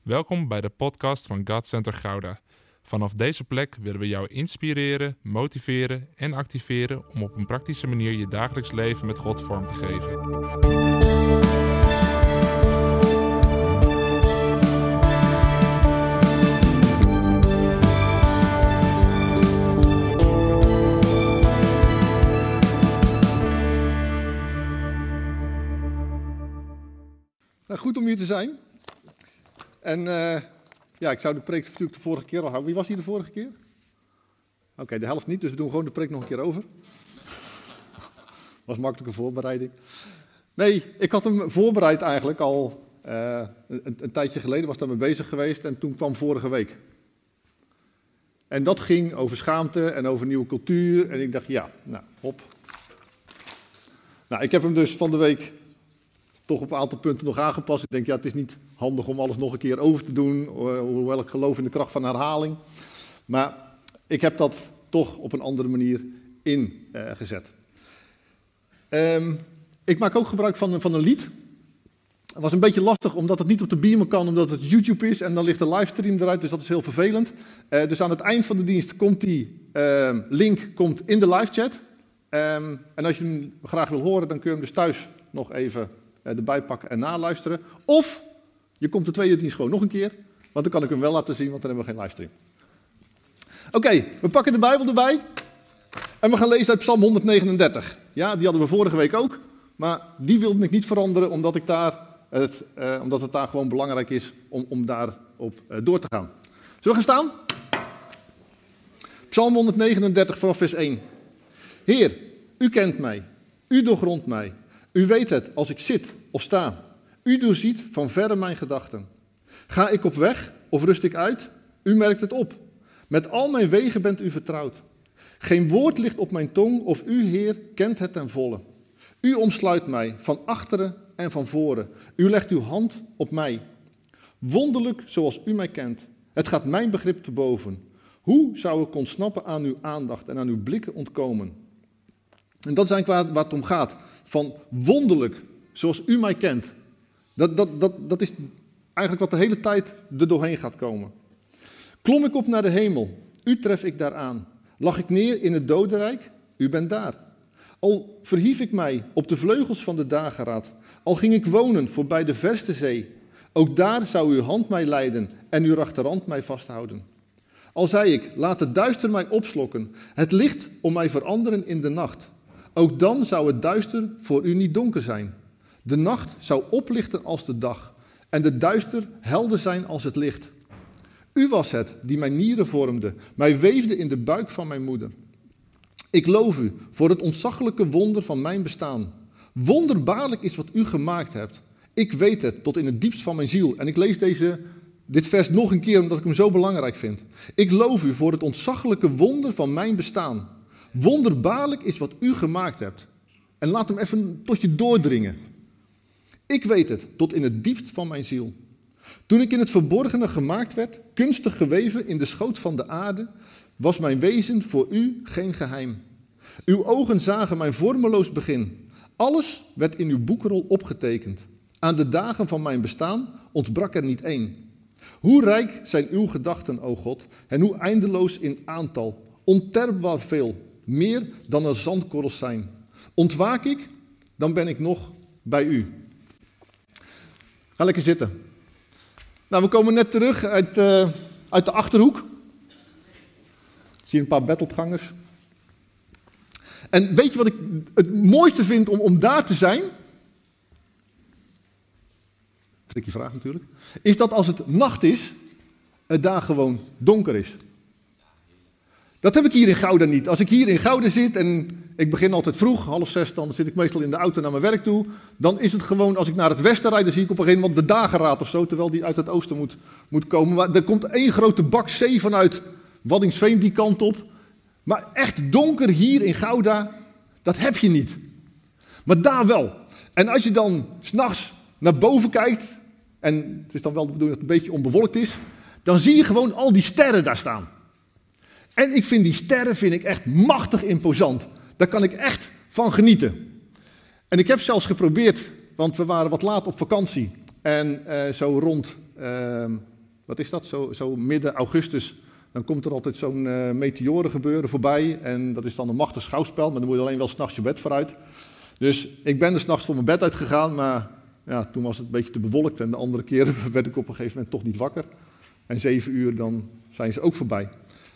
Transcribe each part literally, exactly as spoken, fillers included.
Welkom bij de podcast van God Center Gouda. Vanaf deze plek willen we jou inspireren, motiveren en activeren om op een praktische manier je dagelijks leven met God vorm te geven. Nou, goed om hier te zijn. En uh, ja, ik zou de preek natuurlijk de vorige keer al houden. Wie was hier de vorige keer? Oké, okay, de helft niet, dus we doen gewoon de preek nog een keer over. Was makkelijke voorbereiding. Nee, ik had hem voorbereid eigenlijk al uh, een, een tijdje geleden, was daarmee bezig geweest en toen kwam vorige week. En dat ging over schaamte en over nieuwe cultuur en ik dacht ja, nou, hop. Nou, ik heb hem dus van de week toch op een aantal punten nog aangepast. Ik denk, ja, het is niet handig om alles nog een keer over te doen, hoewel ik geloof in de kracht van herhaling. Maar ik heb dat toch op een andere manier ingezet. Uh, um, ik maak ook gebruik van, van een lied. Het was een beetje lastig, omdat het niet op de beamer kan, omdat het YouTube is en dan ligt de livestream eruit, dus dat is heel vervelend. Uh, dus aan het eind van de dienst komt die uh, link komt in de live chat. Um, en als je hem graag wil horen, dan kun je hem dus thuis nog even erbij pakken en naluisteren. Of je komt de tweede dienst gewoon nog een keer, want dan kan ik hem wel laten zien, want dan hebben we geen livestream. Oké, okay, we pakken de Bijbel erbij en we gaan lezen uit Psalm honderdnegenendertig. Ja, die hadden we vorige week ook, maar die wilde ik niet veranderen, omdat, ik daar het, uh, omdat het daar gewoon belangrijk is om, om daarop uh, door te gaan. Zullen we gaan staan? Psalm honderdnegenendertig vanaf vers één. Heer, u kent mij, u doorgrondt mij. U weet het als ik zit of sta. U doorziet van verre mijn gedachten. Ga ik op weg of rust ik uit? U merkt het op. Met al mijn wegen bent u vertrouwd. Geen woord ligt op mijn tong of u, Heer, kent het ten volle. U omsluit mij van achteren en van voren. U legt uw hand op mij. Wonderlijk zoals u mij kent. Het gaat mijn begrip te boven. Hoe zou ik ontsnappen aan uw aandacht en aan uw blikken ontkomen? En dat is eigenlijk waar, waar het om gaat. Van wonderlijk, zoals u mij kent. Dat, dat, dat, dat is eigenlijk wat de hele tijd er doorheen gaat komen. Klom ik op naar de hemel, u tref ik daar aan. Lag ik neer in het dodenrijk, u bent daar. Al verhief ik mij op de vleugels van de dageraad. Al ging ik wonen voorbij de verste zee. Ook daar zou uw hand mij leiden en uw rechterhand mij vasthouden. Al zei ik, laat het duister mij opslokken. Het licht om mij veranderen in de nacht. Ook dan zou het duister voor u niet donker zijn. De nacht zou oplichten als de dag en de duister helder zijn als het licht. U was het die mijn nieren vormde, mij weefde in de buik van mijn moeder. Ik loof u voor het ontzaglijke wonder van mijn bestaan. Wonderbaarlijk is wat u gemaakt hebt. Ik weet het tot in het diepst van mijn ziel. En ik lees deze, dit vers nog een keer omdat ik hem zo belangrijk vind. Ik loof u voor het ontzaglijke wonder van mijn bestaan. Wonderbaarlijk is wat u gemaakt hebt. En laat hem even tot je doordringen. Ik weet het, tot in het diepst van mijn ziel. Toen ik in het verborgene gemaakt werd, kunstig geweven in de schoot van de aarde, was mijn wezen voor u geen geheim. Uw ogen zagen mijn vormeloos begin. Alles werd in uw boekrol opgetekend. Aan de dagen van mijn bestaan ontbrak er niet één. Hoe rijk zijn uw gedachten, o God, en hoe eindeloos in aantal, ontelbaar veel. Meer dan er zandkorrels zijn. Ontwaak ik, dan ben ik nog bij u. Ga lekker zitten. Nou, we komen net terug uit, uh, uit de Achterhoek. Ik zie een paar battlegangers. En weet je wat ik het mooiste vind om, om daar te zijn? Tricky vraag natuurlijk. Is dat als het nacht is, het daar gewoon donker is. Dat heb ik hier in Gouda niet. Als ik hier in Gouda zit en ik begin altijd vroeg, half zes, dan zit ik meestal in de auto naar mijn werk toe. Dan is het gewoon, als ik naar het westen rijd, dan zie ik op een gegeven moment de dageraad of zo, terwijl die uit het oosten moet, moet komen. Maar er komt één grote bak zee vanuit Waddinxveen die kant op. Maar echt donker hier in Gouda, dat heb je niet. Maar daar wel. En als je dan 's nachts naar boven kijkt, en het is dan wel de bedoeling dat het een beetje onbewolkt is, dan zie je gewoon al die sterren daar staan. En ik vind die sterren vind ik echt machtig imposant. Daar kan ik echt van genieten. En ik heb zelfs geprobeerd, want we waren wat laat op vakantie. En uh, zo rond uh, wat is dat, zo, zo midden augustus, dan komt er altijd zo'n uh, meteorengebeuren voorbij. En dat is dan een machtig schouwspel, maar dan moet je alleen wel 's nachts je bed vooruit. Dus ik ben er 's nachts voor mijn bed uitgegaan, maar ja, toen was het een beetje te bewolkt. En de andere keren werd ik op een gegeven moment toch niet wakker. En zeven uur, dan zijn ze ook voorbij.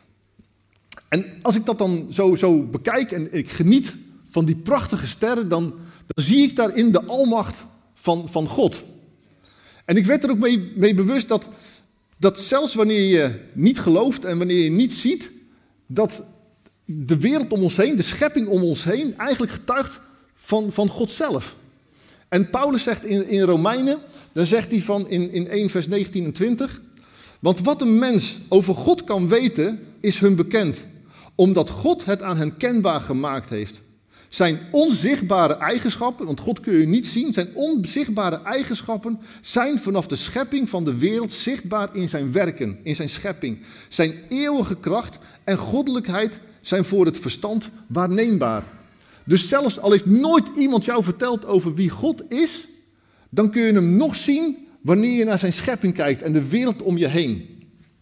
En als ik dat dan zo, zo bekijk en ik geniet van die prachtige sterren, dan, dan zie ik daarin de almacht van, van God. En ik werd er ook mee, mee bewust dat, dat zelfs wanneer je niet gelooft en wanneer je niet ziet, dat de wereld om ons heen, de schepping om ons heen, eigenlijk getuigt van, van God zelf. En Paulus zegt in, in Romeinen, dan zegt hij van in, in één vers negentien en twintig, want wat een mens over God kan weten, is hun bekend, omdat God het aan hen kenbaar gemaakt heeft. Zijn onzichtbare eigenschappen, want God kun je niet zien, zijn onzichtbare eigenschappen zijn vanaf de schepping van de wereld zichtbaar in zijn werken, in zijn schepping. Zijn eeuwige kracht en goddelijkheid zijn voor het verstand waarneembaar. Dus zelfs al heeft nooit iemand jou verteld over wie God is, dan kun je hem nog zien wanneer je naar zijn schepping kijkt en de wereld om je heen.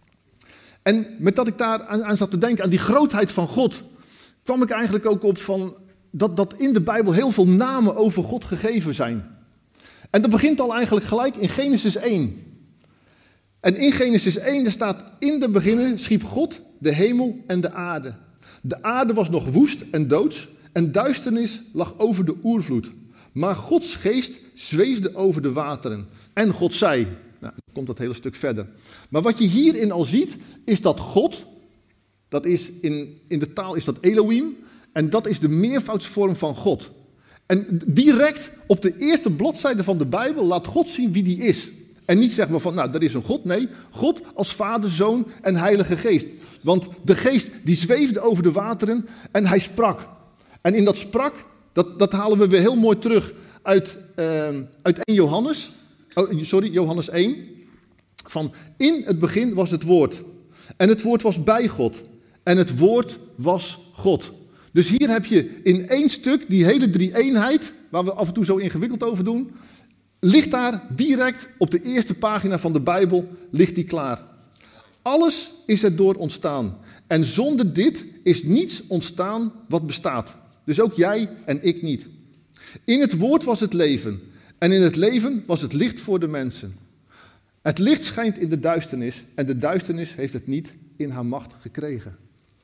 En met dat ik daar aan, aan zat te denken, aan die grootheid van God, kwam ik eigenlijk ook op van dat, dat in de Bijbel heel veel namen over God gegeven zijn. En dat begint al eigenlijk gelijk in Genesis één. En in Genesis één, er staat, in de beginnen schiep God de hemel en de aarde. De aarde was nog woest en doods en duisternis lag over de oervloed. Maar Gods geest zweefde over de wateren. En God zei, nou, dan komt dat hele stuk verder. Maar wat je hierin al ziet, is dat God, dat is in, in de taal is dat Elohim, en dat is de meervoudsvorm van God. En direct op de eerste bladzijde van de Bijbel laat God zien wie die is. En niet zeggen we van, nou, er is een God. Nee, God als Vader, Zoon en Heilige Geest. Want de Geest die zweefde over de wateren en hij sprak. En in dat sprak, dat, dat halen we weer heel mooi terug uit, uh, uit één Johannes. Oh, sorry, Johannes één. Van, in het begin was het woord. En het woord was bij God. En het woord was God. Dus hier heb je in één stuk die hele drie-eenheid, waar we af en toe zo ingewikkeld over doen, ligt daar direct op de eerste pagina van de Bijbel, ligt die klaar. Alles is er door ontstaan. En zonder dit is niets ontstaan wat bestaat. Dus ook jij en ik niet. In het woord was het leven. En in het leven was het licht voor de mensen. Het licht schijnt in de duisternis. En de duisternis heeft het niet in haar macht gekregen.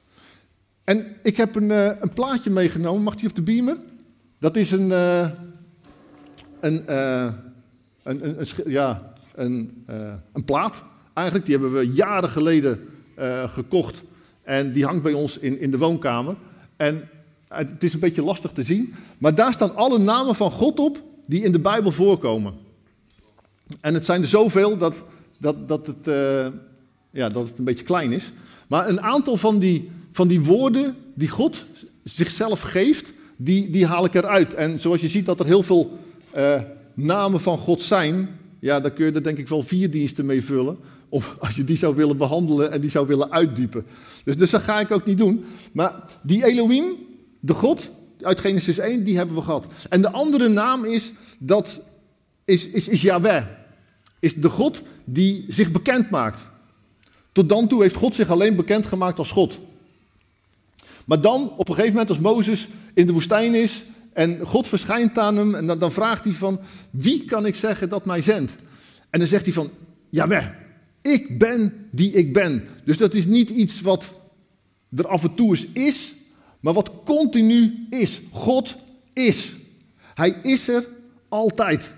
En ik heb een, uh, een plaatje meegenomen. Mag die op de beamer? Dat is een, uh, een, uh, een, een, een, ja, een, uh, een plaat. Eigenlijk, die hebben we jaren geleden uh, gekocht. En die hangt bij ons in, in de woonkamer. En het is een beetje lastig te zien. Maar daar staan alle namen van God op die in de Bijbel voorkomen. En het zijn er zoveel dat, dat, dat, het, uh, ja, dat het een beetje klein is. Maar een aantal van die, van die woorden die God zichzelf geeft, die, die haal ik eruit. En zoals je ziet dat er heel veel uh, namen van God zijn, ja, daar kun je er denk ik wel vier diensten mee vullen. Of als je die zou willen behandelen en die zou willen uitdiepen. Dus, dus dat ga ik ook niet doen. Maar die Elohim, de God uit Genesis één, die hebben we gehad. En de andere naam is, dat is, is, is Yahweh. Is de God die zich bekend maakt. Tot dan toe heeft God zich alleen bekend gemaakt als God. Maar dan, op een gegeven moment als Mozes in de woestijn is en God verschijnt aan hem en dan, dan vraagt hij van, wie kan ik zeggen dat mij zendt? En dan zegt hij van, Yahweh, ik ben die ik ben. Dus dat is niet iets wat er af en toe eens is, maar wat continu is. God is. Hij is er altijd.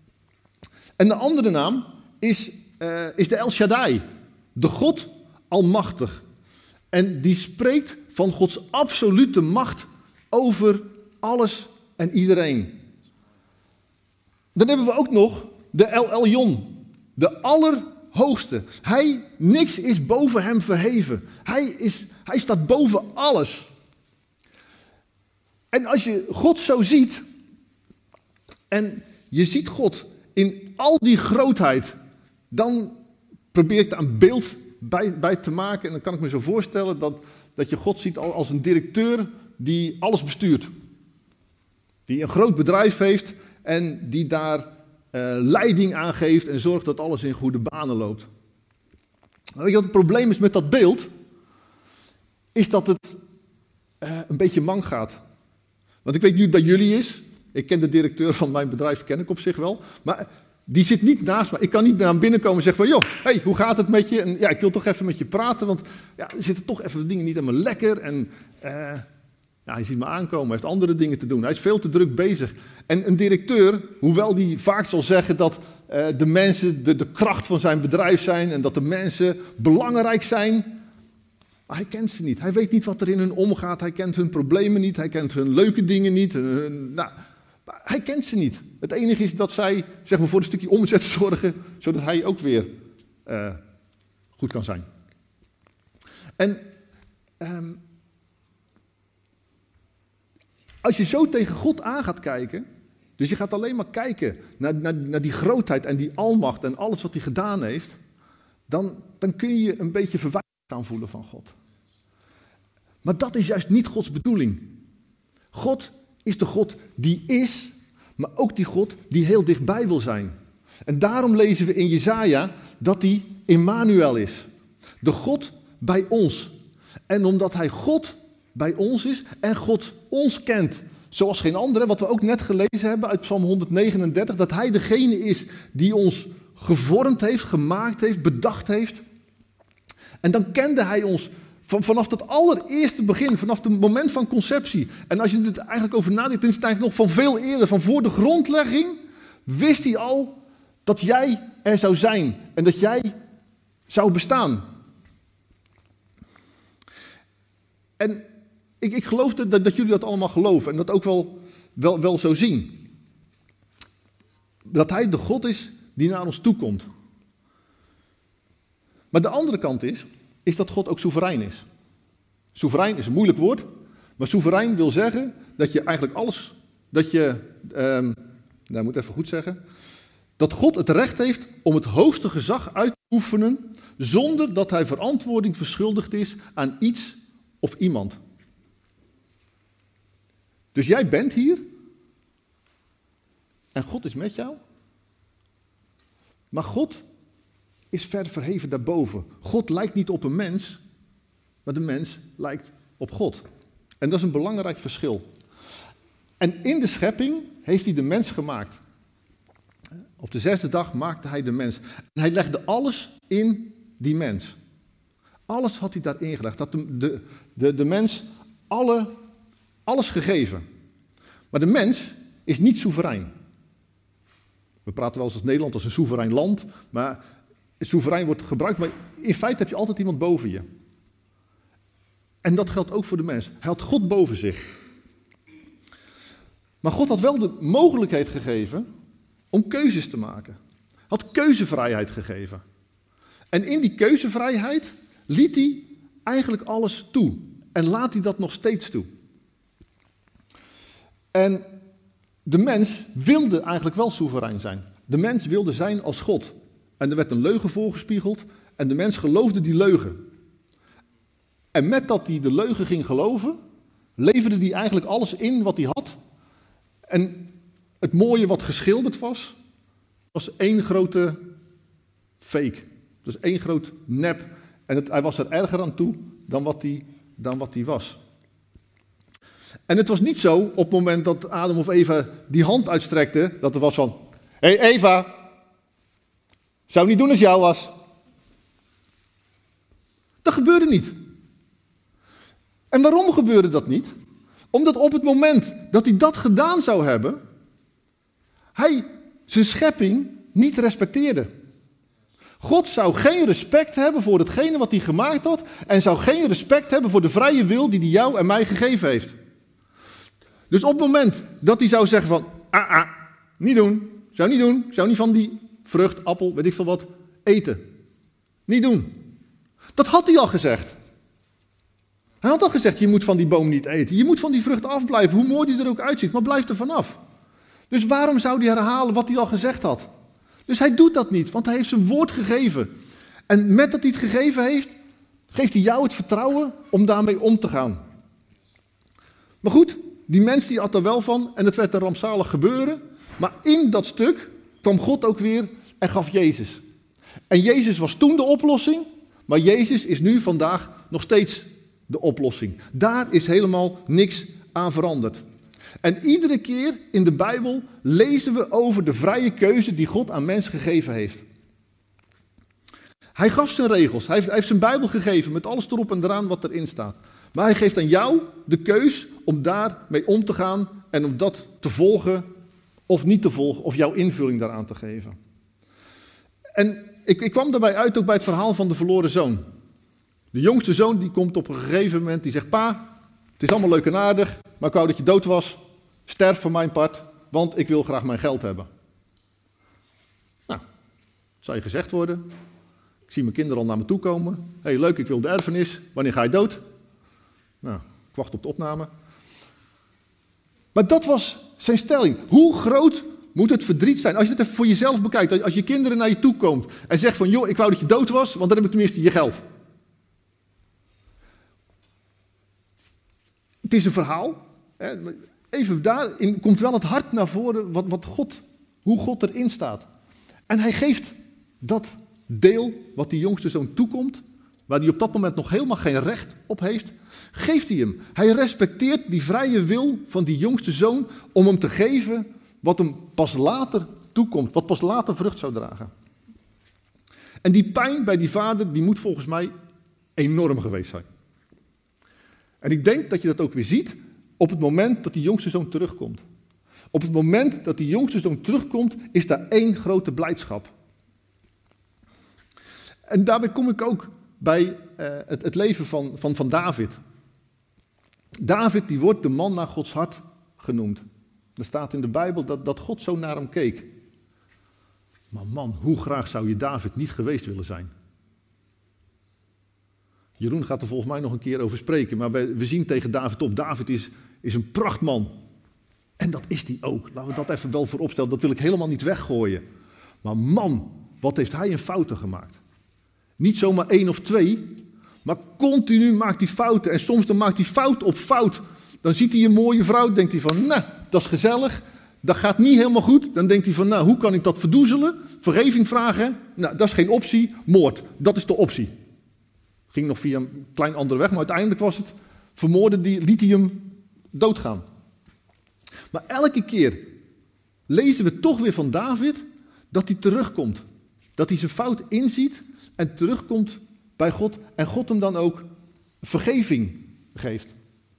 En de andere naam is, uh, is de El Shaddai. De God almachtig. En die spreekt van Gods absolute macht over alles en iedereen. Dan hebben we ook nog de El Elyon. De allerhoogste. Hij, niks is boven hem verheven. Hij, is, hij staat boven alles. En als je God zo ziet, en je ziet God in al die grootheid, dan probeer ik daar een beeld bij, bij te maken. En dan kan ik me zo voorstellen dat, dat je God ziet als een directeur die alles bestuurt. Die een groot bedrijf heeft en die daar uh, leiding aan geeft en zorgt dat alles in goede banen loopt. Weet je wat het probleem is met dat beeld? Is dat het uh, een beetje mank gaat. Want ik weet niet hoe het bij jullie is. Ik ken de directeur van mijn bedrijf, ken ik op zich wel. Maar die zit niet naast me. Ik kan niet naar hem binnenkomen en zeggen van, joh, hey, hoe gaat het met je? En ja, ik wil toch even met je praten, want ja, er zitten toch even dingen niet helemaal lekker. En uh, ja, hij ziet me aankomen, hij heeft andere dingen te doen. Hij is veel te druk bezig. En een directeur, hoewel die vaak zal zeggen dat uh, de mensen de, de kracht van zijn bedrijf zijn en dat de mensen belangrijk zijn, maar hij kent ze niet. Hij weet niet wat er in hun omgaat. Hij kent hun problemen niet. Hij kent hun leuke dingen niet. Hun, nou, hij kent ze niet. Het enige is dat zij zeg maar, voor een stukje omzet zorgen, zodat hij ook weer uh, goed kan zijn. En um, als je zo tegen God aan gaat kijken, dus je gaat alleen maar kijken naar, naar, naar die grootheid en die almacht en alles wat hij gedaan heeft, dan, dan kun je een beetje verwijderd gaan voelen van God. Maar dat is juist niet Gods bedoeling. God is de God die is, maar ook die God die heel dichtbij wil zijn. En daarom lezen we in Jesaja dat hij Immanuel is. De God bij ons. En omdat hij God bij ons is en God ons kent, zoals geen andere, wat we ook net gelezen hebben uit Psalm honderdnegenendertig, dat hij degene is die ons gevormd heeft, gemaakt heeft, bedacht heeft. En dan kende hij ons van, vanaf het allereerste begin, vanaf het moment van conceptie. En als je er eigenlijk over nadenkt, dan is het eigenlijk nog van veel eerder, van voor de grondlegging, wist hij al dat jij er zou zijn en dat jij zou bestaan. En ik, ik geloof dat, dat jullie dat allemaal geloven en dat ook wel, wel, wel zo zien. Dat hij de God is die naar ons toe komt. Maar de andere kant is, is dat God ook soeverein is. Soeverein is een moeilijk woord, maar soeverein wil zeggen dat je eigenlijk alles, dat je, um, nou, ik moet even goed zeggen, dat God het recht heeft om het hoogste gezag uit te oefenen, zonder dat hij verantwoording verschuldigd is aan iets of iemand. Dus jij bent hier en God is met jou, maar God is ver verheven daarboven. God lijkt niet op een mens, maar de mens lijkt op God. En dat is een belangrijk verschil. En in de schepping heeft hij de mens gemaakt. Op de zesde dag maakte hij de mens. En hij legde alles in die mens. Alles had hij daarin gelegd. Dat de, de, de, de mens alle, alles gegeven. Maar de mens is niet soeverein. We praten wel eens als Nederland als een soeverein land, maar soeverein wordt gebruikt, maar in feite heb je altijd iemand boven je. En dat geldt ook voor de mens. Hij had God boven zich. Maar God had wel de mogelijkheid gegeven om keuzes te maken. Hij had keuzevrijheid gegeven. En in die keuzevrijheid liet hij eigenlijk alles toe. En laat hij dat nog steeds toe. En de mens wilde eigenlijk wel soeverein zijn. De mens wilde zijn als God. En er werd een leugen voorgespiegeld en de mens geloofde die leugen. En met dat hij de leugen ging geloven, leverde hij eigenlijk alles in wat hij had. En het mooie wat geschilderd was, was één grote fake. Dus één groot nep. En het, hij was er erger aan toe dan wat hij, dan wat hij was. En het was niet zo, op het moment dat Adam of Eva die hand uitstrekte, dat het was van, hé hey Eva, zou niet doen als jou was. Dat gebeurde niet. En waarom gebeurde dat niet? Omdat op het moment dat hij dat gedaan zou hebben, hij zijn schepping niet respecteerde. God zou geen respect hebben voor hetgene wat hij gemaakt had en zou geen respect hebben voor de vrije wil die hij jou en mij gegeven heeft. Dus op het moment dat hij zou zeggen van, ah, ah, niet doen, zou niet doen, zou niet van die vrucht, appel, weet ik veel wat, eten. Niet doen. Dat had hij al gezegd. Hij had al gezegd, je moet van die boom niet eten. Je moet van die vrucht afblijven, hoe mooi die er ook uitziet, maar blijf er vanaf. Dus waarom zou hij herhalen wat hij al gezegd had? Dus hij doet dat niet, want hij heeft zijn woord gegeven. En met dat hij het gegeven heeft, geeft hij jou het vertrouwen om daarmee om te gaan. Maar goed, die mens die had er wel van en het werd een rampzalig gebeuren. Maar in dat stuk kwam God ook weer en gaf Jezus. En Jezus was toen de oplossing, Maar Jezus is nu vandaag nog steeds de oplossing. Daar is helemaal niks aan veranderd. En iedere keer in de Bijbel lezen we over de vrije keuze die God aan mens gegeven heeft. Hij gaf zijn regels, hij heeft, hij heeft zijn Bijbel gegeven met alles erop en eraan wat erin staat. Maar hij geeft aan jou de keus om daarmee om te gaan en om dat te volgen of niet te volgen of jouw invulling daaraan te geven. En ik, ik kwam daarbij uit ook bij het verhaal van de verloren zoon. De jongste zoon die komt op een gegeven moment, die zegt, pa, het is allemaal leuk en aardig, maar ik wou dat je dood was. Sterf voor mijn part, want ik wil graag mijn geld hebben. Nou, dat zou je gezegd worden. Ik zie mijn kinderen al naar me toe komen. Hé, hey, leuk, ik wil de erfenis. Wanneer ga je dood? Nou, ik wacht op de opname. Maar dat was zijn stelling. Hoe groot moet het verdriet zijn? Als je het even voor jezelf bekijkt. Als je kinderen naar je toe komt en zegt van, joh, ik wou dat je dood was, want dan heb ik tenminste je geld. Het is een verhaal. Even daarin komt wel het hart naar voren wat, wat God, hoe God erin staat. En hij geeft dat deel wat die jongste zoon toekomt, waar hij op dat moment nog helemaal geen recht op heeft, geeft hij hem. Hij respecteert die vrije wil van die jongste zoon om hem te geven wat hem pas later toekomt, wat pas later vrucht zou dragen. En die pijn bij die vader, die moet volgens mij enorm geweest zijn. En ik denk dat je dat ook weer ziet op het moment dat die jongste zoon terugkomt. Op het moment dat die jongste zoon terugkomt, is daar één grote blijdschap. En daarbij kom ik ook bij uh, het, het leven van, van, van David. David die wordt de man naar Gods hart genoemd. Er staat in de Bijbel dat, dat God zo naar hem keek. Maar man, hoe graag zou je David niet geweest willen zijn? Jeroen gaat er volgens mij nog een keer over spreken, maar we, we zien tegen David op. David is, is een prachtman. En dat is hij ook. Laten we dat even wel voorop stellen. Dat wil ik helemaal niet weggooien. Maar man, wat heeft hij een fouten gemaakt? Niet zomaar één of twee, maar continu maakt hij fouten. En soms dan maakt hij fout op fout. Dan ziet hij een mooie vrouw, denkt hij van, nou, dat is gezellig. Dat gaat niet helemaal goed. Dan denkt hij van, nou, hoe kan ik dat verdoezelen? Vergeving vragen? Nou, dat is geen optie. Moord, dat is de optie. Ging nog via een klein andere weg, maar uiteindelijk was het vermoorden, die liet hij hem doodgaan. Maar elke keer lezen we toch weer van David dat hij terugkomt. Dat hij zijn fout inziet en terugkomt bij God en God hem dan ook vergeving geeft.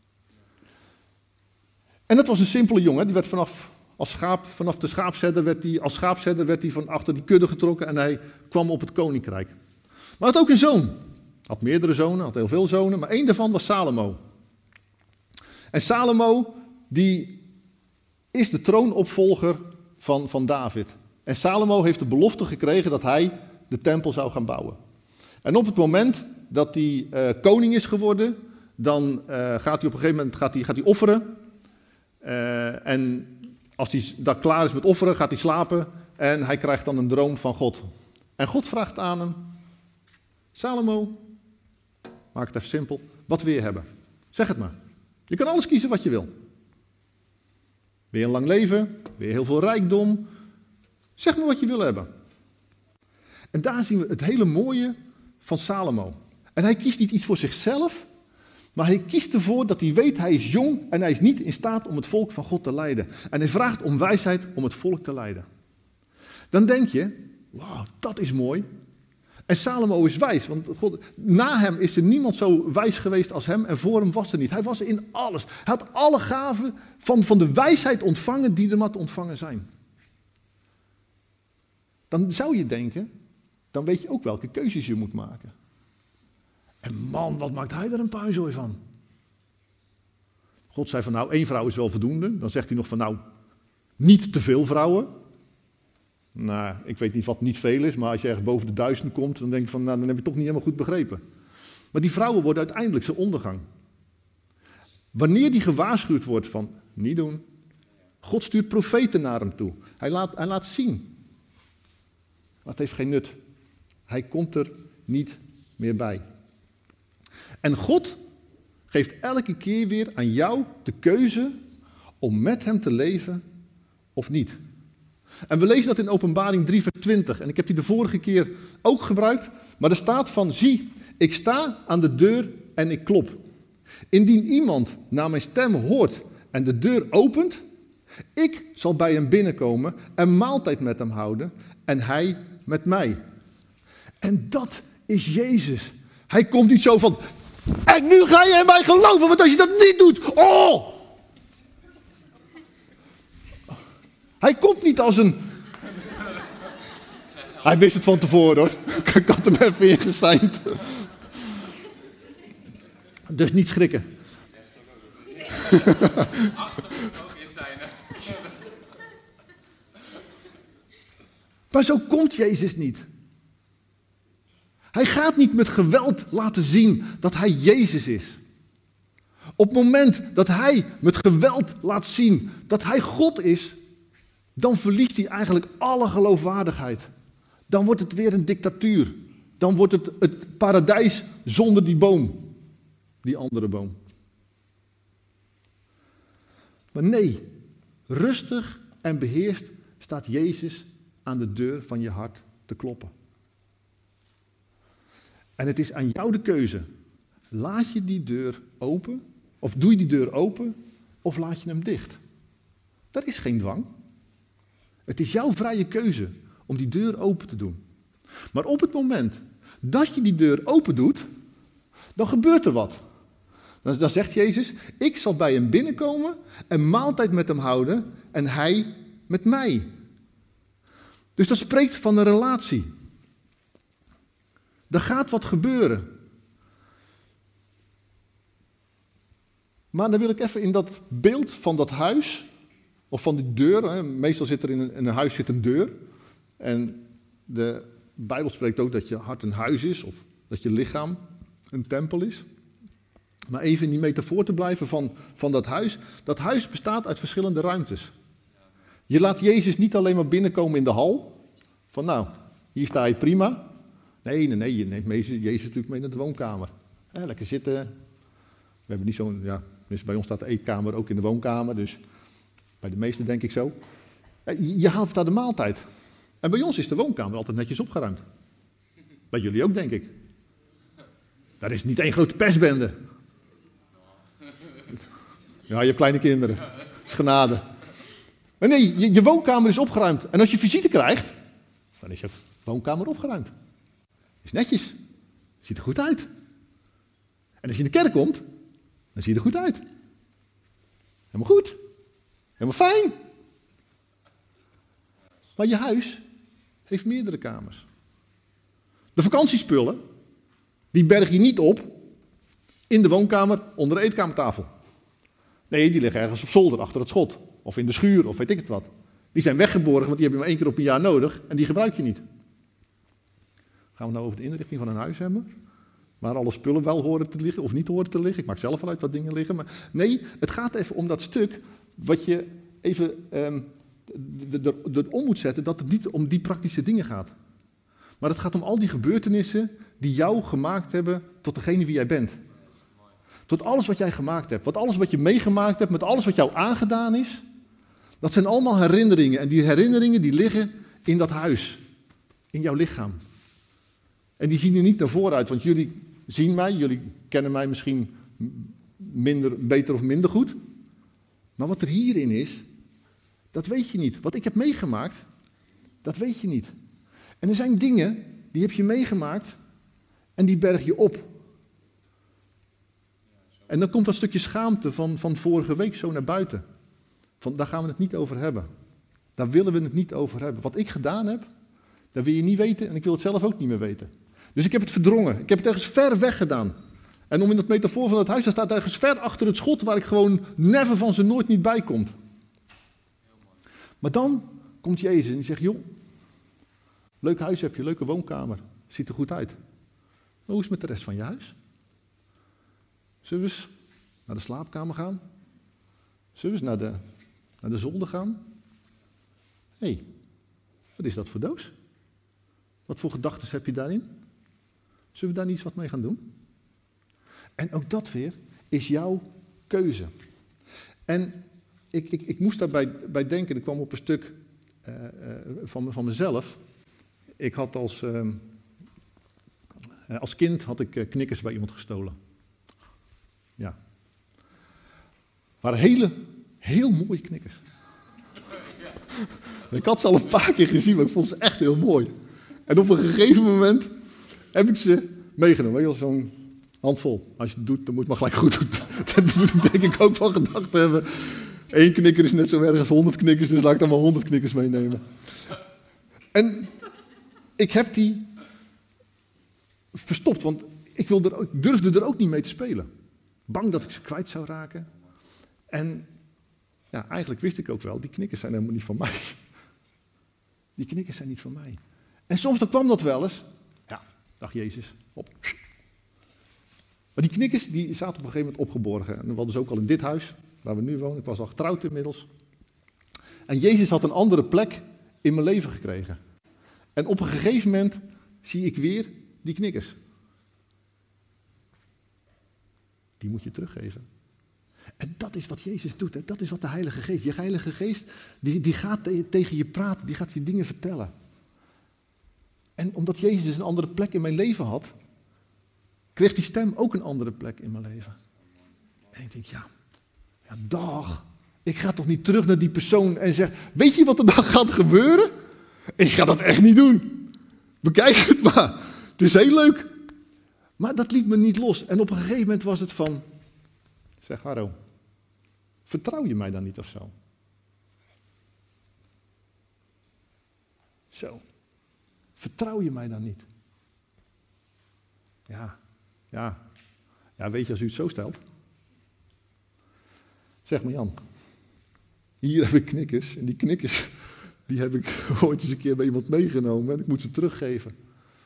En dat was een simpele jongen, die werd vanaf, als schaap, vanaf de schaapsherder werd hij, als schaapsherder werd hij van achter die kudde getrokken en hij kwam op het koninkrijk. Maar hij had ook een zoon. Hij had meerdere zonen, had heel veel zonen, maar één daarvan was Salomo. En Salomo, die is de troonopvolger van, van David. En Salomo heeft de belofte gekregen dat hij de tempel zou gaan bouwen. En op het moment dat hij uh, koning is geworden, dan uh, gaat hij op een gegeven moment gaat hij, gaat hij offeren. Uh, en als hij daar klaar is met offeren, gaat hij slapen en hij krijgt dan een droom van God. En God vraagt aan hem, Salomo, maak het even simpel, wat wil je hebben? Zeg het maar. Je kan alles kiezen wat je wil. Wil je een lang leven? Wil je heel veel rijkdom? Zeg maar wat je wil hebben. En daar zien we het hele mooie van Salomo. En hij kiest niet iets voor zichzelf, maar hij kiest ervoor dat hij weet, hij is jong en hij is niet in staat om het volk van God te leiden. En hij vraagt om wijsheid om het volk te leiden. Dan denk je, wauw, dat is mooi. En Salomo is wijs, want God, na hem is er niemand zo wijs geweest als hem en voor hem was er niet. Hij was in alles. Hij had alle gaven van, van de wijsheid ontvangen die er maar te ontvangen zijn. Dan zou je denken, dan weet je ook welke keuzes je moet maken. En man, wat maakt hij er een puinzooi van? God zei van nou, één vrouw is wel voldoende. Dan zegt hij nog van nou, niet te veel vrouwen. Nou, ik weet niet wat niet veel is, maar als je ergens boven de duizend komt, dan denk ik van nou, dan heb je het toch niet helemaal goed begrepen. Maar die vrouwen worden uiteindelijk zijn ondergang. Wanneer die gewaarschuwd wordt van niet doen, God stuurt profeten naar hem toe. Hij laat, hij laat zien. Maar het heeft geen nut. Hij komt er niet meer bij. En God geeft elke keer weer aan jou de keuze om met hem te leven of niet. En we lezen dat in Openbaring drie vers twintig. En ik heb die de vorige keer ook gebruikt. Maar er staat van, zie, ik sta aan de deur en ik klop. Indien iemand naar mijn stem hoort en de deur opent, ik zal bij hem binnenkomen en maaltijd met hem houden en hij met mij. En dat is Jezus. Hij komt niet zo van, en nu ga je in mij geloven, want als je dat niet doet, oh! Hij komt niet als een... Hij wist het van tevoren hoor. Ik had hem even ingeseind. Dus niet schrikken. Maar zo komt Jezus niet. Hij gaat niet met geweld laten zien dat hij Jezus is. Op het moment dat hij met geweld laat zien dat hij God is, dan verliest hij eigenlijk alle geloofwaardigheid. Dan wordt het weer een dictatuur. Dan wordt het het paradijs zonder die boom. Die andere boom. Maar nee, rustig en beheerst staat Jezus aan de deur van je hart te kloppen. En het is aan jou de keuze. Laat je die deur open, of doe je die deur open, of laat je hem dicht. Dat is geen dwang. Het is jouw vrije keuze om die deur open te doen. Maar op het moment dat je die deur open doet, dan gebeurt er wat. Dan, dan zegt Jezus, ik zal bij hem binnenkomen en maaltijd met hem houden en hij met mij. Dus dat spreekt van een relatie. Er gaat wat gebeuren. Maar dan wil ik even in dat beeld van dat huis, of van die deur, hè, meestal zit er in een, in een huis zit een deur. En de Bijbel spreekt ook dat je hart een huis is, of dat je lichaam een tempel is. Maar even in die metafoor te blijven van, van dat huis. Dat huis bestaat uit verschillende ruimtes. Je laat Jezus niet alleen maar binnenkomen in de hal. Van nou, hier sta je prima. Nee, nee, nee, je neemt Jezus natuurlijk mee naar de woonkamer. Hè, lekker zitten. We hebben niet zo'n, ja, dus bij ons staat de eetkamer ook in de woonkamer. Dus bij de meesten denk ik zo. Je haalt daar de maaltijd. En bij ons is de woonkamer altijd netjes opgeruimd. Bij jullie ook, denk ik. Daar is niet één grote pestbende. Ja, je hebt kleine kinderen. Dat is genade. Maar nee, je, je woonkamer is opgeruimd. En als je visite krijgt, dan is je woonkamer opgeruimd. Is netjes. Ziet er goed uit. En als je in de kerk komt, dan zie je er goed uit. Helemaal goed. Helemaal fijn. Maar je huis heeft meerdere kamers. De vakantiespullen, die berg je niet op in de woonkamer onder de eetkamertafel. Nee, die liggen ergens op zolder achter het schot. Of in de schuur, of weet ik het wat. Die zijn weggeborgen, want die heb je maar één keer op een jaar nodig. En die gebruik je niet. Gaan we nou over de inrichting van een huis hebben? Waar alle spullen wel horen te liggen of niet horen te liggen. Ik maak zelf wel uit wat dingen liggen. Maar nee, het gaat even om dat stuk wat je even um, erom moet zetten. Dat het niet om die praktische dingen gaat. Maar het gaat om al die gebeurtenissen die jou gemaakt hebben tot degene wie jij bent. Tot alles wat jij gemaakt hebt. Wat alles wat je meegemaakt hebt, met alles wat jou aangedaan is. Dat zijn allemaal herinneringen. En die herinneringen die liggen in dat huis. In jouw lichaam. En die zien er niet naar voren uit. Want jullie zien mij, jullie kennen mij misschien minder, beter of minder goed. Maar wat er hierin is, dat weet je niet. Wat ik heb meegemaakt, dat weet je niet. En er zijn dingen, die heb je meegemaakt en die berg je op. En dan komt dat stukje schaamte van, van vorige week zo naar buiten. Van, daar gaan we het niet over hebben. Daar willen we het niet over hebben. Wat ik gedaan heb, dat wil je niet weten en ik wil het zelf ook niet meer weten. Dus ik heb het verdrongen. Ik heb het ergens ver weg gedaan. En om in dat metafoor van het huis, daar staat ergens ver achter het schot waar ik gewoon never van ze nooit niet bij kom. Maar dan komt Jezus en die zegt, joh, leuk huis heb je, leuke woonkamer, ziet er goed uit. Maar hoe is het met de rest van je huis? Zullen we eens naar de slaapkamer gaan? Zullen we eens naar de, naar de zolder gaan? Hé, hey, wat is dat voor doos? Wat voor gedachten heb je daarin? Zullen we daar niet eens wat mee gaan doen? En ook dat weer is jouw keuze. En ik, ik, ik moest daarbij bij denken, ik kwam op een stuk uh, uh, van, van mezelf. Ik had als, uh, Uh, als kind had ik uh, knikkers bij iemand gestolen. Ja. Maar hele, heel mooie knikkers. Ik had ze al een paar keer gezien, maar ik vond ze echt heel mooi. En op een gegeven moment heb ik ze meegenomen. Weet je wel, zo'n handvol. Als je het doet, dan moet je het maar gelijk goed doen. Dat moet ik denk ik ook van gedacht hebben. Eén knikker is net zo erg als honderd knikkers, dus laat ik dan maar honderd knikkers meenemen. En ik heb die verstopt, want ik wilde er ook, durfde er ook niet mee te spelen. Bang dat ik ze kwijt zou raken. En ja, eigenlijk wist ik ook wel, die knikkers zijn helemaal niet van mij. Die knikkers zijn niet van mij. En soms dan kwam dat wel eens. Ja, dag Jezus, op. Maar die knikkers die zaten op een gegeven moment opgeborgen. En dat hadden ze ook al in dit huis, waar we nu wonen. Ik was al getrouwd inmiddels. En Jezus had een andere plek in mijn leven gekregen. En op een gegeven moment zie ik weer die knikkers. Die moet je teruggeven. En dat is wat Jezus doet. Hè? Dat is wat de Heilige Geest. Je Heilige Geest die, die gaat te, tegen je praten. Die gaat je dingen vertellen. En omdat Jezus een andere plek in mijn leven had, kreeg die stem ook een andere plek in mijn leven. En ik denk, ja, ja dag. Ik ga toch niet terug naar die persoon en zeg, weet je wat er dan gaat gebeuren? Ik ga dat echt niet doen. Bekijk het maar. Het is heel leuk. Maar dat liet me niet los. En op een gegeven moment was het van, zeg Harro, vertrouw je mij dan niet of zo? Zo. Vertrouw je mij dan niet? Ja, ja. Ja, weet je, als u het zo stelt. Zeg maar Jan, hier heb ik knikkers. En die knikkers, die heb ik ooit eens een keer bij iemand meegenomen. En ik moet ze teruggeven.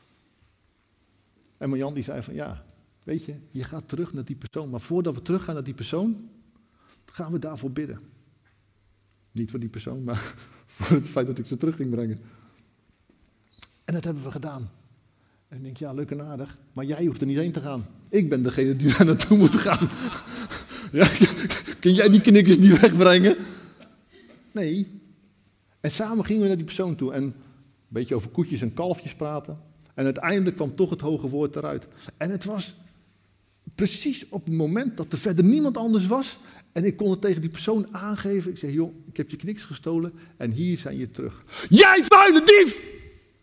En Marjan die zei van, ja, weet je, je gaat terug naar die persoon. Maar voordat we teruggaan naar die persoon, gaan we daarvoor bidden. Niet voor die persoon, maar voor het feit dat ik ze terug ging brengen. En dat hebben we gedaan. En ik denk, ja, leuk en aardig, maar jij hoeft er niet heen te gaan. Ik ben degene die daar naartoe moet gaan. Ja, kun jij die knikkers niet wegbrengen? Nee. En samen gingen we naar die persoon toe en een beetje over koetjes en kalfjes praten. En uiteindelijk kwam toch het hoge woord eruit. En het was precies op het moment dat er verder niemand anders was. En ik kon het tegen die persoon aangeven. Ik zei, joh, ik heb je knikkers gestolen en hier zijn je terug. Jij vuile dief!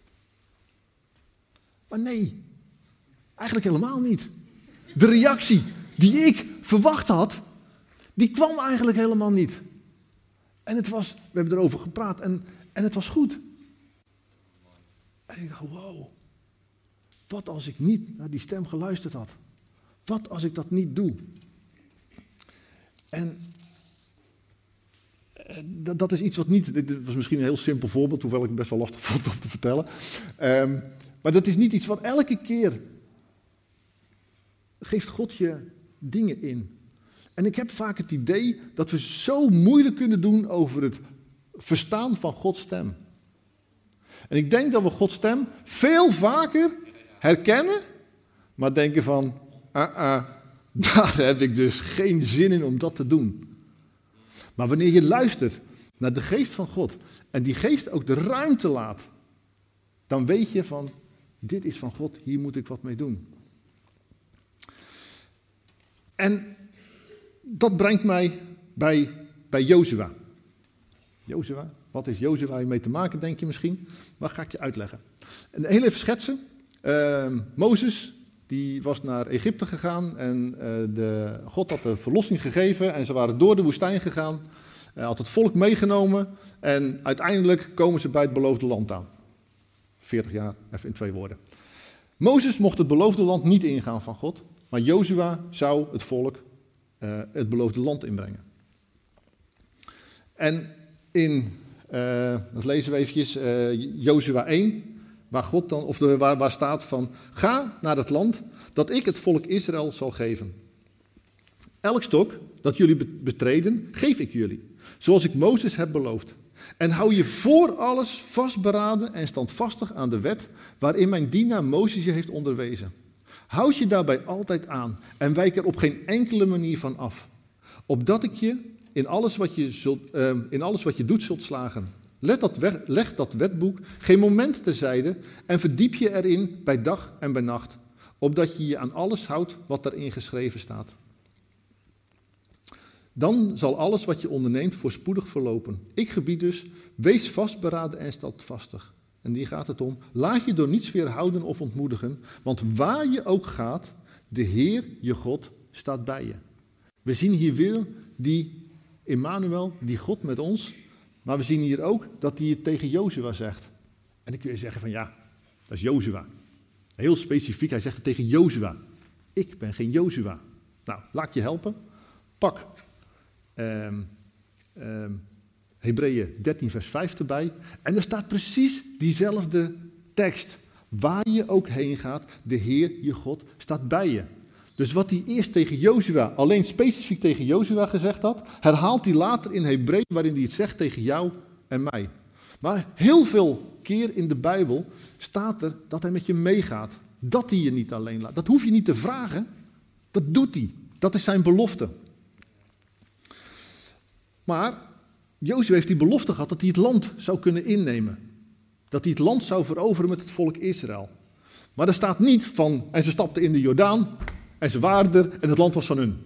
Maar nee, eigenlijk helemaal niet. De reactie die ik verwacht had, die kwam eigenlijk helemaal niet. En het was, we hebben erover gepraat en, en het was goed. En ik dacht, wow, wat als ik niet naar die stem geluisterd had? Wat als ik dat niet doe? En dat, dat is iets wat niet, dit was misschien een heel simpel voorbeeld, hoewel ik het best wel lastig vond om te vertellen. Um, maar dat is niet iets wat elke keer geeft God je dingen in. En ik heb vaak het idee dat we zo moeilijk kunnen doen over het verstaan van Gods stem. En ik denk dat we Gods stem veel vaker herkennen, maar denken van, ah, ah, daar heb ik dus geen zin in om dat te doen. Maar wanneer je luistert naar de geest van God en die geest ook de ruimte laat, dan weet je van, dit is van God, hier moet ik wat mee doen. En dat brengt mij bij, bij Jozua. Jozua, wat is Jozua mee te maken, denk je misschien? Maar ga ik je uitleggen. En heel even schetsen. Uh, Mozes, die was naar Egypte gegaan en uh, de, God had de verlossing gegeven en ze waren door de woestijn gegaan. Hij had het volk meegenomen en uiteindelijk komen ze bij het beloofde land aan. veertig jaar, even in twee woorden. Mozes mocht het beloofde land niet ingaan van God, maar Jozua zou het volk uh, het beloofde land inbrengen. En in, uh, dat lezen we eventjes, uh, Jozua één, waar, God dan, of de, waar, waar staat van, ga naar het land dat ik het volk Israël zal geven. Elk stok dat jullie betreden, geef ik jullie, zoals ik Mozes heb beloofd. En hou je voor alles vastberaden en standvastig aan de wet waarin mijn dienaar Mozes je heeft onderwezen. Houd je daarbij altijd aan en wijk er op geen enkele manier van af. Opdat ik je in alles wat je, zult, uh, in alles wat je doet zult slagen. Let dat weg, leg dat wetboek geen moment terzijde en verdiep je erin bij dag en bij nacht. opdat je je aan alles houdt wat daarin geschreven staat. Dan zal alles wat je onderneemt voorspoedig verlopen. Ik gebied dus, wees vastberaden en standvastig. En die gaat het om. Laat je door niets weerhouden of ontmoedigen, want waar je ook gaat, de Heer, je God, staat bij je. We zien hier weer die Immanuel, die God met ons, maar we zien hier ook dat hij het tegen Jozua zegt. En dan kun je zeggen van ja, dat is Jozua. Heel specifiek, hij zegt het tegen Jozua. Ik ben geen Jozua. Nou, laat ik je helpen. Pak um, um, Hebreeën dertien vers vijf erbij. En er staat precies diezelfde tekst. Waar je ook heen gaat, de Heer, je God, staat bij je. Dus wat hij eerst tegen Jozua, alleen specifiek tegen Jozua gezegd had, herhaalt hij later in Hebreeën, waarin hij het zegt tegen jou en mij. Maar heel veel keer in de Bijbel staat er dat hij met je meegaat. Dat hij je niet alleen laat. Dat hoef je niet te vragen. Dat doet hij. Dat is zijn belofte. Maar Jozua heeft die belofte gehad dat hij het land zou kunnen innemen. Dat hij het land zou veroveren met het volk Israël. Maar er staat niet van, en ze stapten in de Jordaan, en ze waren er, en het land was van hun.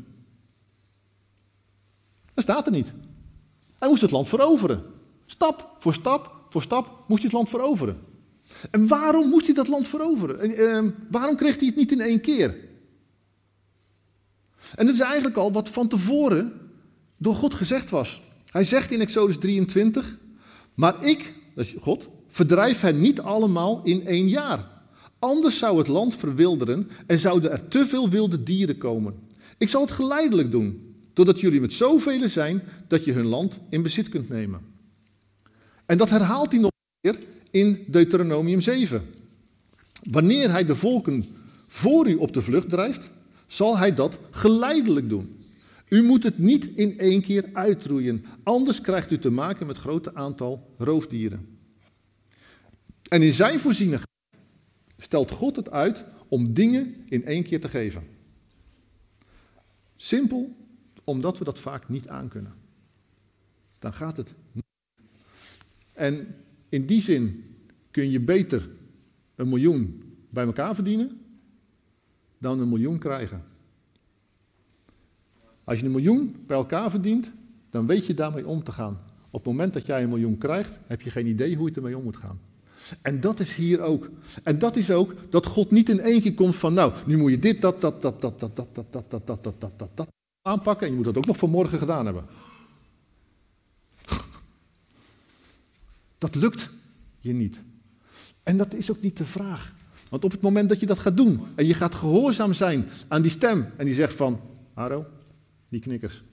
Dat staat er niet. Hij moest het land veroveren. Stap voor stap voor stap moest hij het land veroveren. En waarom moest hij dat land veroveren? En, eh, waarom kreeg hij het niet in één keer? En dat is eigenlijk al wat van tevoren door God gezegd was. Hij zegt in Exodus drieëntwintig, maar ik, dat is God, verdrijf hen niet allemaal in één jaar. Anders zou het land verwilderen en zouden er te veel wilde dieren komen. Ik zal het geleidelijk doen, totdat jullie met zoveel zijn dat je hun land in bezit kunt nemen. En dat herhaalt hij nog een keer in Deuteronomium zeven. Wanneer hij de volken voor u op de vlucht drijft, zal hij dat geleidelijk doen. U moet het niet in één keer uitroeien, anders krijgt u te maken met een groot aantal roofdieren. En in zijn voorzienigheid stelt God het uit om dingen in één keer te geven. Simpel, omdat we dat vaak niet aankunnen. Dan gaat het niet. En in die zin kun je beter een miljoen bij elkaar verdienen dan een miljoen krijgen. Als je een miljoen bij elkaar verdient, dan weet je daarmee om te gaan. Op het moment dat jij een miljoen krijgt, heb je geen idee hoe je ermee om moet gaan. En dat is hier ook. En dat is ook dat God niet in één keer komt van, nou, nu moet je dit, dat, dat, dat, dat, dat, dat, dat, dat, dat, dat, dat, dat, dat, dat aanpakken en je moet dat ook nog vanmorgen gedaan hebben. Dat lukt je niet. En dat is ook niet de vraag. Want op het moment dat je dat gaat doen en je gaat gehoorzaam zijn aan die stem en die zegt van, Haro, die knikkers.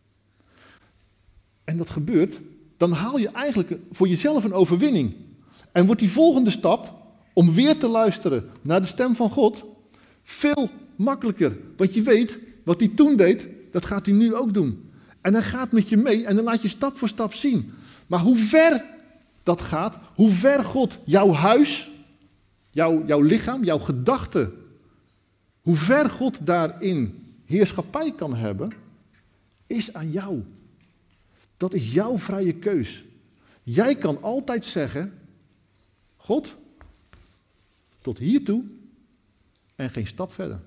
En dat gebeurt, dan haal je eigenlijk voor jezelf een overwinning. En wordt die volgende stap, om weer te luisteren naar de stem van God, veel makkelijker. Want je weet, wat hij toen deed, dat gaat hij nu ook doen. En hij gaat met je mee en dan laat je stap voor stap zien. Maar hoe ver dat gaat, hoe ver God jouw huis, jouw, jouw lichaam, jouw gedachten, hoe ver God daarin heerschappij kan hebben, is aan jou. Dat is jouw vrije keus. Jij kan altijd zeggen, God, tot hiertoe en geen stap verder.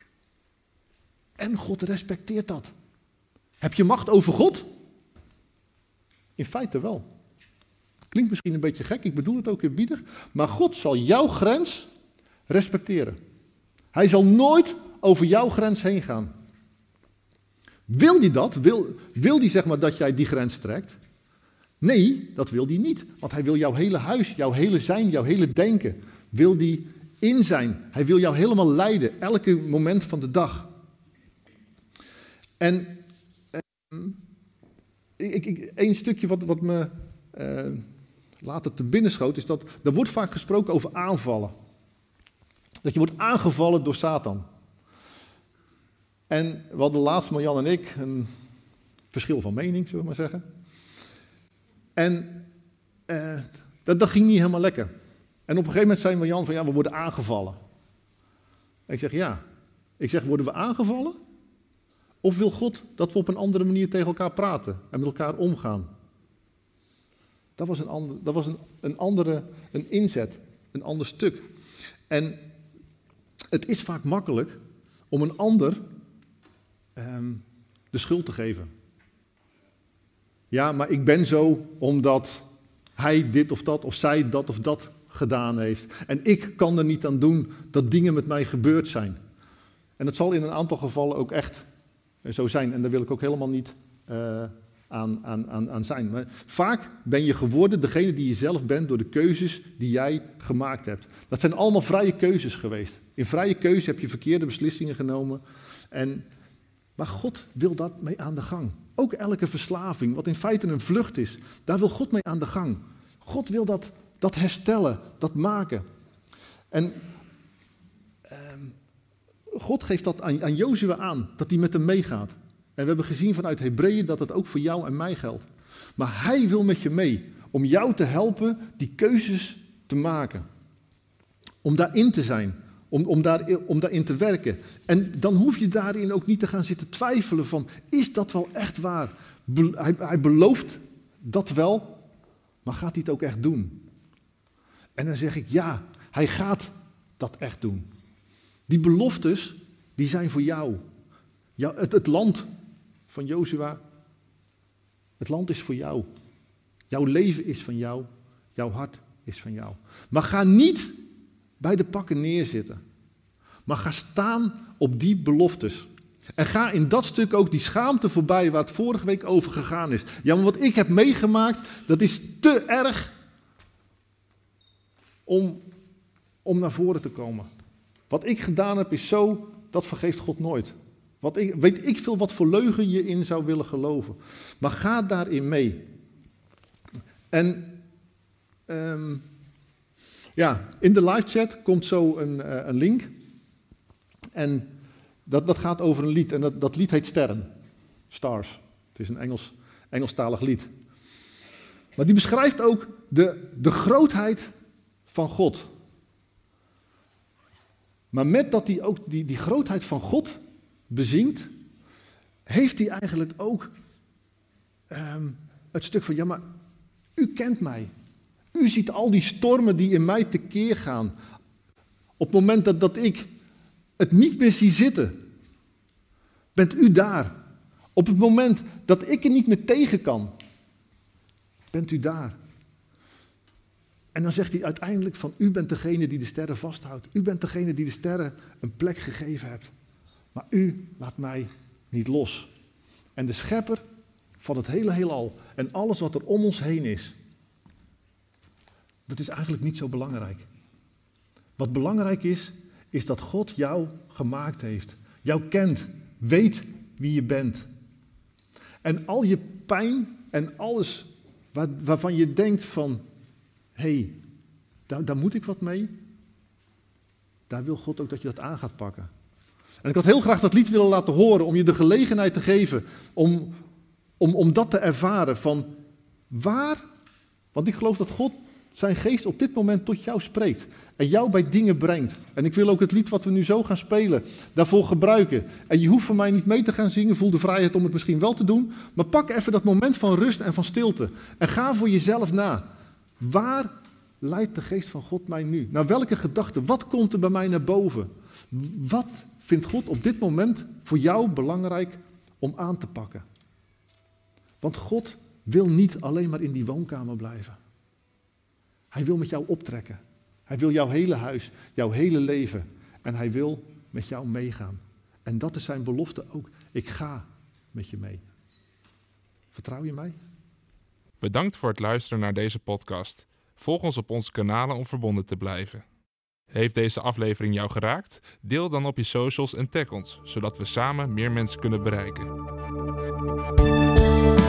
En God respecteert dat. Heb je macht over God? In feite wel. Klinkt misschien een beetje gek, ik bedoel het ook eerbiedig, maar God zal jouw grens respecteren. Hij zal nooit over jouw grens heen gaan. Wil hij dat? Wil, wil hij zeg maar dat jij die grens trekt? Nee, dat wil hij niet. Want hij wil jouw hele huis, jouw hele zijn, jouw hele denken, wil hij in zijn. Hij wil jou helemaal leiden, elke moment van de dag. En eh, ik, ik, één stukje wat, wat me eh, later te binnen schoot, is dat er wordt vaak gesproken over aanvallen. Dat je wordt aangevallen door Satan. En we hadden laatst, Marjan en ik, een verschil van mening, zullen we maar zeggen. En eh, dat, dat ging niet helemaal lekker. En op een gegeven moment zei Marjan van, ja, we worden aangevallen. En ik zeg, ja. Ik zeg, worden we aangevallen? Of wil God dat we op een andere manier tegen elkaar praten en met elkaar omgaan? Dat was een, ander, dat was een, een andere, een inzet, een ander stuk. En Het is vaak makkelijk om een ander um, de schuld te geven. Ja, maar ik ben zo omdat hij dit of dat of zij dat of dat gedaan heeft. En ik kan er niet aan doen dat dingen met mij gebeurd zijn. En het zal in een aantal gevallen ook echt zo zijn. En daar wil ik ook helemaal niet uh, aan, aan, aan, aan zijn. Maar vaak ben je geworden degene die je zelf bent door de keuzes die jij gemaakt hebt. Dat zijn allemaal vrije keuzes geweest. In vrije keuze heb je verkeerde beslissingen genomen. En, maar God wil dat mee aan de gang. Ook elke verslaving, wat in feite een vlucht is, daar wil God mee aan de gang. God wil dat, dat herstellen, dat maken. En uh, God geeft dat aan, aan Jozua aan, dat hij met hem meegaat. En we hebben gezien vanuit Hebreeën dat het ook voor jou en mij geldt. Maar hij wil met je mee, om jou te helpen die keuzes te maken. Om daarin te zijn, om, om, daar, om daarin te werken. En dan hoef je daarin ook niet te gaan zitten twijfelen van, is dat wel echt waar? Be, hij, hij belooft dat wel, maar gaat hij het ook echt doen? En dan zeg ik, ja, hij gaat dat echt doen. Die beloftes, die zijn voor jou. Ja, het, het land van Jozua, het land is voor jou. Jouw leven is van jou, jouw hart is van jou. Maar ga niet bij de pakken neerzitten. Maar ga staan op die beloftes. En ga in dat stuk ook die schaamte voorbij waar het vorige week over gegaan is. Ja, maar wat ik heb meegemaakt, dat is te erg om, om naar voren te komen. Wat ik gedaan heb is zo, dat vergeeft God nooit. Wat ik, weet ik veel wat voor leugen je in zou willen geloven. Maar ga daarin mee. En um, ja, in de live chat komt zo een, uh, een link. En dat, dat gaat over een lied. En dat, dat lied heet Sterren. Stars. Het is een Engels, Engelstalig lied. Maar die beschrijft ook de, de grootheid van God. Maar met dat hij ook die, die grootheid van God bezingt, heeft hij eigenlijk ook um, het stuk van, ja maar u kent mij. U ziet al die stormen die in mij tekeer gaan. Op het moment dat, dat ik het niet meer zie zitten, bent u daar. Op het moment dat ik er niet meer tegen kan, bent u daar. En dan zegt hij uiteindelijk van, u bent degene die de sterren vasthoudt. U bent degene die de sterren een plek gegeven hebt. Maar u laat mij niet los. En de schepper van het hele heelal en alles wat er om ons heen is, dat is eigenlijk niet zo belangrijk. Wat belangrijk is, is dat God jou gemaakt heeft. Jou kent, weet wie je bent. En al je pijn en alles waar, waarvan je denkt van, hé, hey, daar, daar moet ik wat mee. Daar wil God ook dat je dat aan gaat pakken. En ik had heel graag dat lied willen laten horen om je de gelegenheid te geven om, om, om dat te ervaren van waar, want ik geloof dat God zijn geest op dit moment tot jou spreekt en jou bij dingen brengt. En ik wil ook het lied wat we nu zo gaan spelen daarvoor gebruiken. En je hoeft van mij niet mee te gaan zingen, voel de vrijheid om het misschien wel te doen, maar pak even dat moment van rust en van stilte en ga voor jezelf na. Waar leidt de geest van God mij nu? Naar welke gedachte? Wat komt er bij mij naar boven? Wat vindt God op dit moment voor jou belangrijk om aan te pakken? Want God wil niet alleen maar in die woonkamer blijven. Hij wil met jou optrekken. Hij wil jouw hele huis, jouw hele leven. En hij wil met jou meegaan. En dat is zijn belofte ook. Ik ga met je mee. Vertrouw je mij? Bedankt voor het luisteren naar deze podcast. Volg ons op onze kanalen om verbonden te blijven. Heeft deze aflevering jou geraakt? Deel dan op je socials en tag ons, zodat we samen meer mensen kunnen bereiken.